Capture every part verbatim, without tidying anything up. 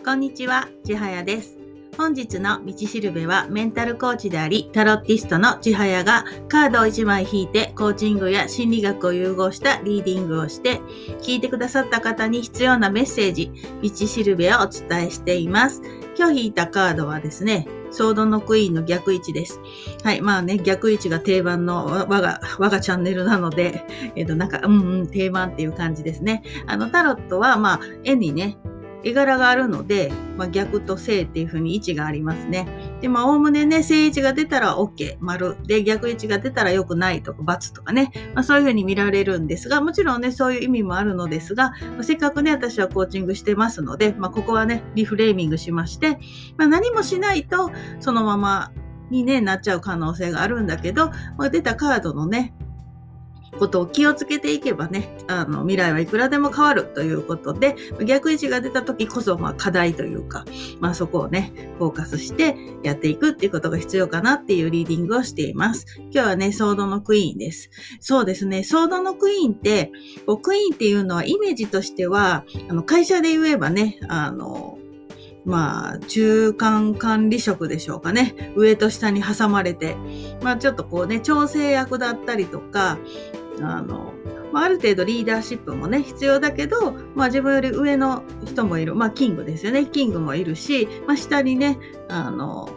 こんにちは、ちはやです。本日の道しるべはメンタルコーチでありタロッティストのちはやがカードをいちまい引いてコーチングや心理学を融合したリーディングをして聞いてくださった方に必要なメッセージ、道しるべをお伝えしています。今日引いたカードはですね、ソードのクイーンの逆位置です。はい。まあね、逆位置が定番の我が、我がチャンネルなので、えっと、なんか、うんうん、定番っていう感じですね。あの、タロットは、まあ、絵にね、絵柄があるので、まあ、逆と正っていう風に位置がありますね。で、まあ、おおむねね、正位置が出たら OK、丸。で、逆位置が出たら良くないとか、×とかね。まあ、そういう風に見られるんですが、もちろんね、そういう意味もあるのですが、まあ、せっかくね、私はコーチングしてますので、まあ、ここはね、リフレーミングしまして、まあ、何もしないと、そのままにね、なっちゃう可能性があるんだけど、まあ、出たカードのね、ことを気をつけていけばね、あの、未来はいくらでも変わるということで、逆位置が出た時こそ、まあ、課題というか、まあ、そこをね、フォーカスしてやっていくっていうことが必要かなっていうリーディングをしています。今日はね、ソードのクイーンです。そうですね、ソードのクイーンって、こうクイーンっていうのはイメージとしては、あの、会社で言えばね、あの、まあ、中間管理職でしょうかね。上と下に挟まれて、まあちょっとこうね、調整役だったりとか、あの、まあ、ある程度リーダーシップもね、必要だけど、まあ自分より上の人もいる。まあキングですよね。キングもいるし、まあ下にね、あの、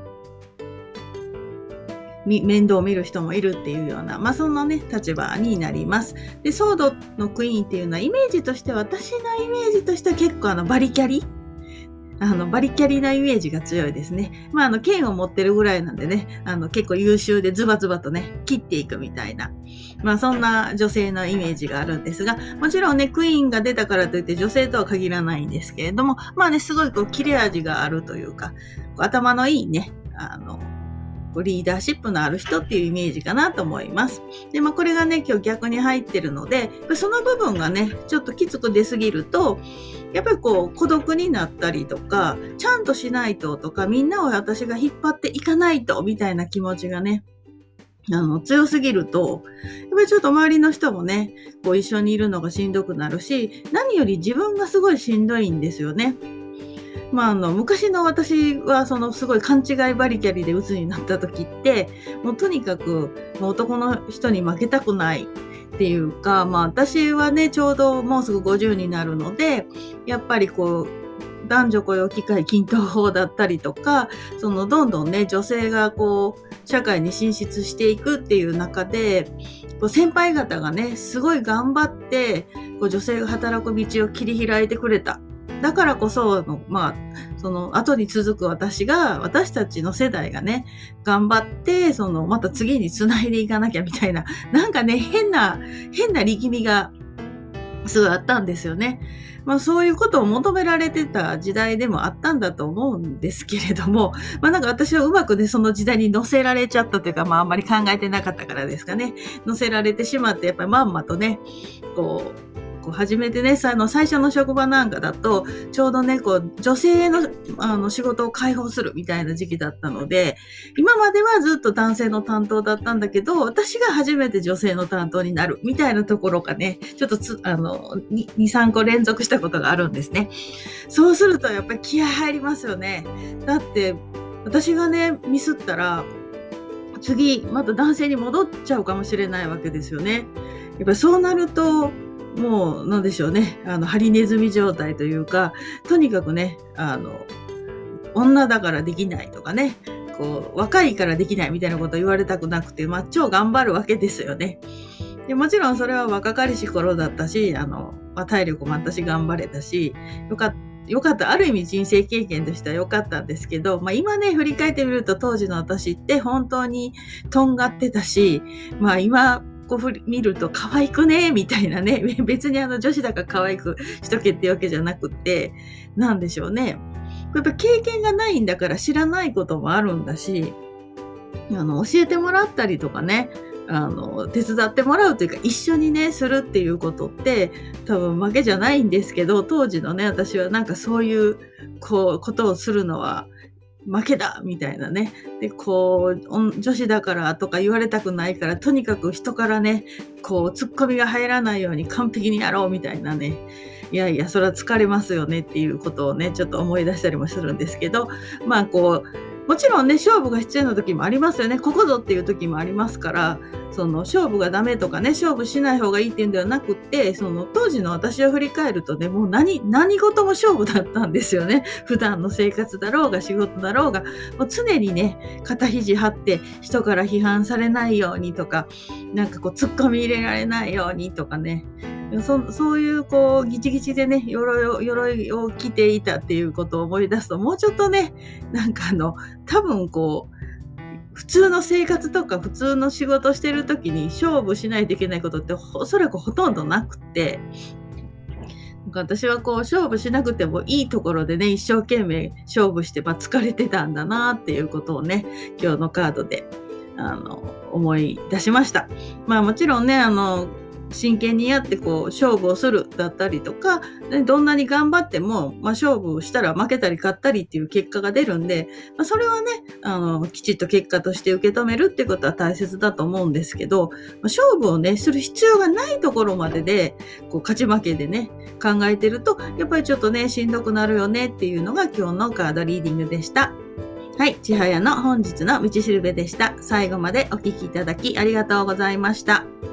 面倒を見る人もいるっていうような、まあそんなね、立場になります。で、ソードのクイーンっていうのはイメージとしては、私のイメージとしては結構あのバリキャリあの、バリキャリなイメージが強いですね。まあ、あの、剣を持ってるぐらいなんでね、あの、結構優秀でズバズバとね、切っていくみたいな。まあ、そんな女性のイメージがあるんですが、もちろんね、クイーンが出たからといって女性とは限らないんですけれども、まあね、すごいこう、切れ味があるというか、頭のいいね、あの、リーダーシップのある人っていうイメージかなと思います。で、まあこれがね、今日逆に入ってるので、その部分がね、ちょっときつく出すぎると、やっぱりこう孤独になったりとか、ちゃんとしないととか、みんなを私が引っ張っていかないとみたいな気持ちがね、あの、強すぎると、やっぱりちょっと周りの人もね、こう一緒にいるのがしんどくなるし、何より自分がすごいしんどいんですよね。まあ、あの、昔の私は、その、すごい勘違いバリキャリで鬱になった時って、もうとにかく、もう男の人に負けたくないっていうか、まあ、私はね、ちょうどもうすぐごじゅうになるので、やっぱりこう、男女雇用機会均等法だったりとか、その、どんどんね、女性がこう、社会に進出していくっていう中で、こう先輩方がね、すごい頑張って、こう女性が働く道を切り開いてくれた。だからこその、まあ、その後に続く私が、私たちの世代がね、頑張って、その、また次に繋いでいかなきゃみたいな、なんかね、変な、変な力みが、すごいあったんですよね。まあそういうことを求められてた時代でもあったんだと思うんですけれども、まあなんか私はうまくね、その時代に乗せられちゃったというか、まああんまり考えてなかったからですかね。乗せられてしまって、やっぱりまんまとね、こう、こう初めてね、あの最初の職場なんかだと、ちょうどね、こう、女性の、あの仕事を解放するみたいな時期だったので、今まではずっと男性の担当だったんだけど、私が初めて女性の担当になるみたいなところがね、ちょっとつ、あの、に、さんこ連続したことがあるんですね。そうするとやっぱり気合入りますよね。だって、私がね、ミスったら、次、また男性に戻っちゃうかもしれないわけですよね。やっぱりそうなると、もう、なんでしょうね。あの、ハリネズミ状態というか、とにかくね、あの、女だからできないとかね、こう、若いからできないみたいなこと言われたくなくて、まあ、超頑張るわけですよね。でもちろんそれは若かりし頃だったし、あの、まあ、体力も私頑張れたし、よかった。よかった。ある意味人生経験としては良かったんですけど、まあ今ね、振り返ってみると当時の私って本当にとんがってたし、まあ今、こう見ると可愛くねみたいなね。別にあの女子だから可愛くしとけってわけじゃなくって、なんでしょうね。やっぱ経験がないんだから知らないこともあるんだし、あの、教えてもらったりとかね、あの、手伝ってもらうというか、一緒にね、するっていうことって、多分負けじゃないんですけど、当時のね、私はなんかそういう、こう、ことをするのは、 負けだみたいなね。で、こう、女子だからとか言われたくないから、とにかく人からね、こう、ツッコミが入らないように完璧にやろうみたいなね。いやいや、それは疲れますよねっていうことをね、ちょっと思い出したりもするんですけど、まあこう、もちろんね、勝負が必要な時もありますよね。ここぞっていう時もありますから、その勝負がダメとかね、勝負しない方がいいっていうんではなくって、その当時の私を振り返るとね、もう何、何事も勝負だったんですよね。普段の生活だろうが仕事だろうが、もう常にね、肩肘張って人から批判されないようにとか、なんかこう突っ込み入れられないようにとかね、そ, そういうこうギチギチでね鎧を鎧を着ていたっていうことを思い出すと、もうちょっとね、なんかあの多分こう普通の生活とか普通の仕事してる時に勝負しないといけないことっておそらくほとんどなくて、私はこう勝負しなくてもいいところでね一生懸命勝負して、まあ、疲れてたんだなっていうことをね今日のカードであの思い出しました。まあもちろんねあの真剣にやってこう勝負をするだったりとか、どんなに頑張っても、まあ、勝負をしたら負けたり勝ったりっていう結果が出るんで、まあ、それはねあのきちっと結果として受け止めるってことは大切だと思うんですけど、まあ、勝負をねする必要がないところまででこう勝ち負けでね考えてるとやっぱりちょっとねしんどくなるよねっていうのが今日のカードリーディングでした。はい、ちはやの本日の道しるべでした。最後までお聞きいただきありがとうございました。